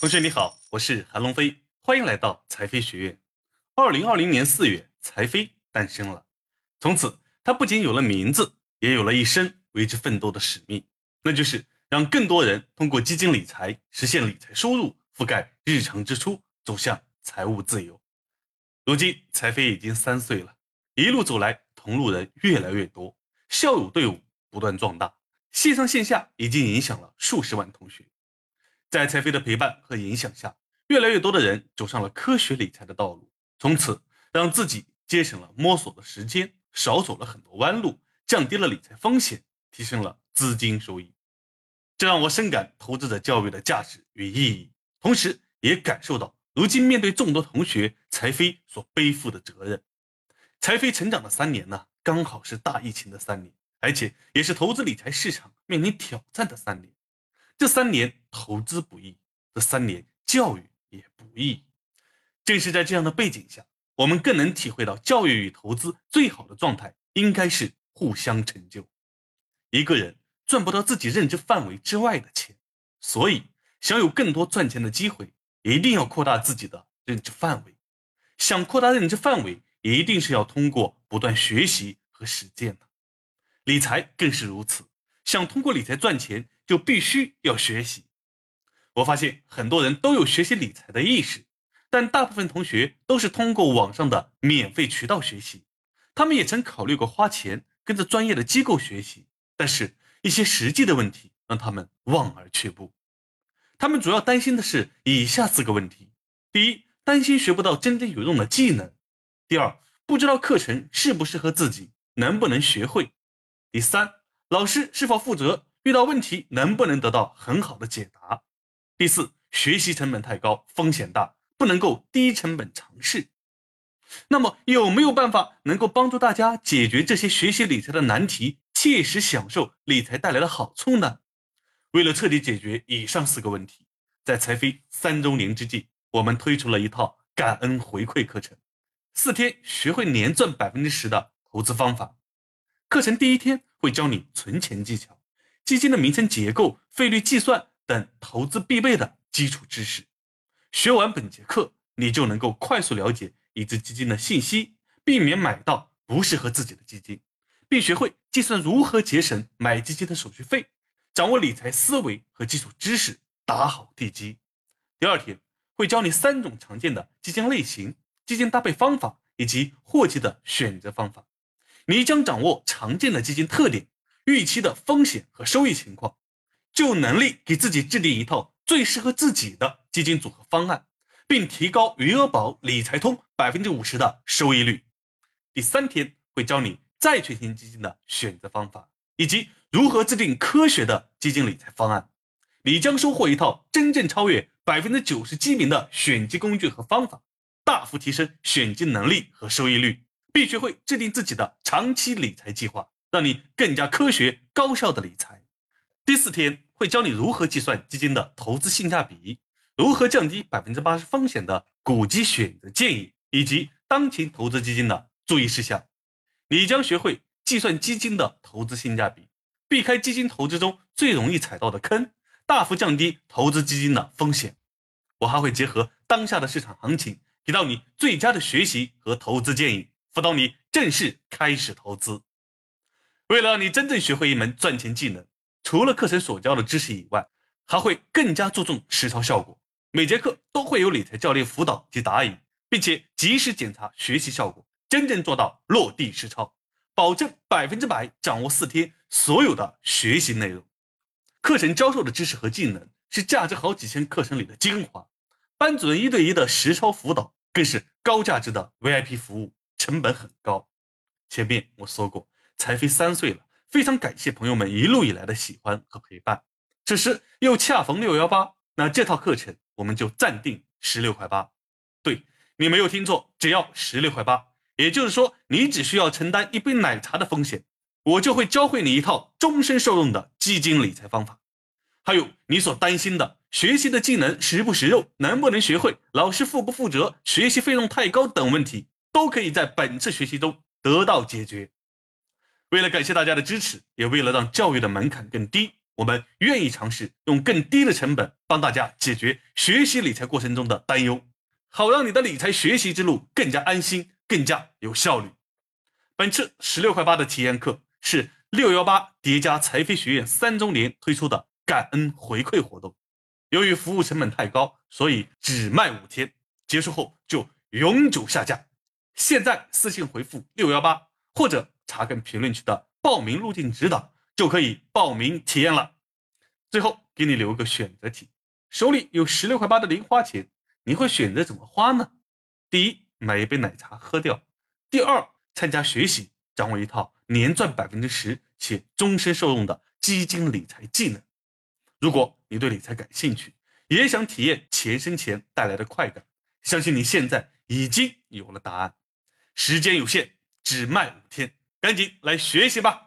同学你好，我是韩龙飞，欢迎来到财飞学院。2020年4月，财飞诞生了。从此，他不仅有了名字，也有了一生为之奋斗的使命，那就是让更多人通过基金理财实现理财收入，覆盖日常支出，走向财务自由。如今，财飞已经3岁了，一路走来，同路人越来越多，校友队伍不断壮大，线上线下已经影响了数十万同学。在财飞的陪伴和影响下，越来越多的人走上了科学理财的道路，从此让自己节省了摸索的时间，少走了很多弯路，降低了理财风险，提升了资金收益。这让我深感投资者教育的价值与意义，同时也感受到如今面对众多同学，财飞所背负的责任。财飞成长的3年呢，刚好是大疫情的3年，而且也是投资理财市场面临挑战的3年。这3年投资不易，这3年教育也不易。正是在这样的背景下，我们更能体会到教育与投资最好的状态应该是互相成就。一个人赚不到自己认知范围之外的钱，所以想有更多赚钱的机会，一定要扩大自己的认知范围。想扩大认知范围，一定是要通过不断学习和实践的。理财更是如此，想通过理财赚钱，就必须要学习。我发现很多人都有学习理财的意识，但大部分同学都是通过网上的免费渠道学习。他们也曾考虑过花钱跟着专业的机构学习，但是一些实际的问题让他们望而却步。他们主要担心的是以下4个问题：第一，担心学不到真正有用的技能；第二，不知道课程适不适合自己，能不能学会；第三，老师是否负责，遇到问题能不能得到很好的解答；第四，学习成本太高，风险大，不能够低成本尝试。那么有没有办法能够帮助大家解决这些学习理财的难题，切实享受理财带来的好处呢？为了彻底解决以上4个问题，在财飞3周年之际，我们推出了一套感恩回馈课程，4天学会年赚10%的投资方法。课程第1天会教你存钱技巧、基金的名称结构、费率计算等投资必备的基础知识。学完本节课，你就能够快速了解一只基金的信息，避免买到不适合自己的基金，并学会计算如何节省买基金的手续费，掌握理财思维和基础知识，打好地基。第2天会教你3种常见的基金类型、基金搭配方法以及获期的选择方法。你将掌握常见的基金特点、预期的风险和收益情况，就有能力给自己制定一套最适合自己的基金组合方案，并提高余额宝理财通50%的收益率。第3天会教你债券型基金的选择方法，以及如何制定科学的基金理财方案。你将收获一套真正超越90%基民的选基工具和方法，大幅提升选基能力和收益率，并学会制定自己的长期理财计划，让你更加科学高效的理财。第4天会教你如何计算基金的投资性价比，如何降低80%风险的股基选择建议，以及当前投资基金的注意事项。你将学会计算基金的投资性价比，避开基金投资中最容易踩到的坑，大幅降低投资基金的风险。我还会结合当下的市场行情，给到你最佳的学习和投资建议，辅导你正式开始投资。为了让你真正学会一门赚钱技能，除了课程所教的知识以外，还会更加注重实操效果。每节课都会有理财教练辅导及答疑，并且及时检查学习效果，真正做到落地实操，保证100%掌握4天所有的学习内容。课程教授的知识和技能是价值好几千课程里的精华，班主任1对1的实操辅导更是高价值的 VIP 服务，成本很高。前面我说过，财飞3岁了，非常感谢朋友们一路以来的喜欢和陪伴。此时又恰逢618，那这套课程我们就暂定16块8。对，你没有听错，只要16块8，也就是说你只需要承担一杯奶茶的风险，我就会教会你一套终身受用的基金理财方法。还有你所担心的学习的技能实不实用，能不能学会，老师负不负责，学习费用太高等问题，都可以在本次学习中得到解决。为了感谢大家的支持，也为了让教育的门槛更低， 我们愿意尝试用更低的成本帮大家解决学习理财过程中的担忧，好让你的理财学习之路更加安心，更加有效率。本次16块8的体验课是618叠加财飞学院3周年推出的感恩回馈活动，由于服务成本太高，所以只卖5天，结束后就永久下架。现在私信回复618或者查看评论区的报名路径指导，就可以报名体验了。最后给你留个选择题，手里有16块8的零花钱，你会选择怎么花呢？第一，买一杯奶茶喝掉；第二，参加学习，掌握一套年赚10%且终身受用的基金理财技能。如果你对理财感兴趣，也想体验钱生钱带来的快感，相信你现在已经有了答案。时间有限，只卖5天，赶紧来学习吧。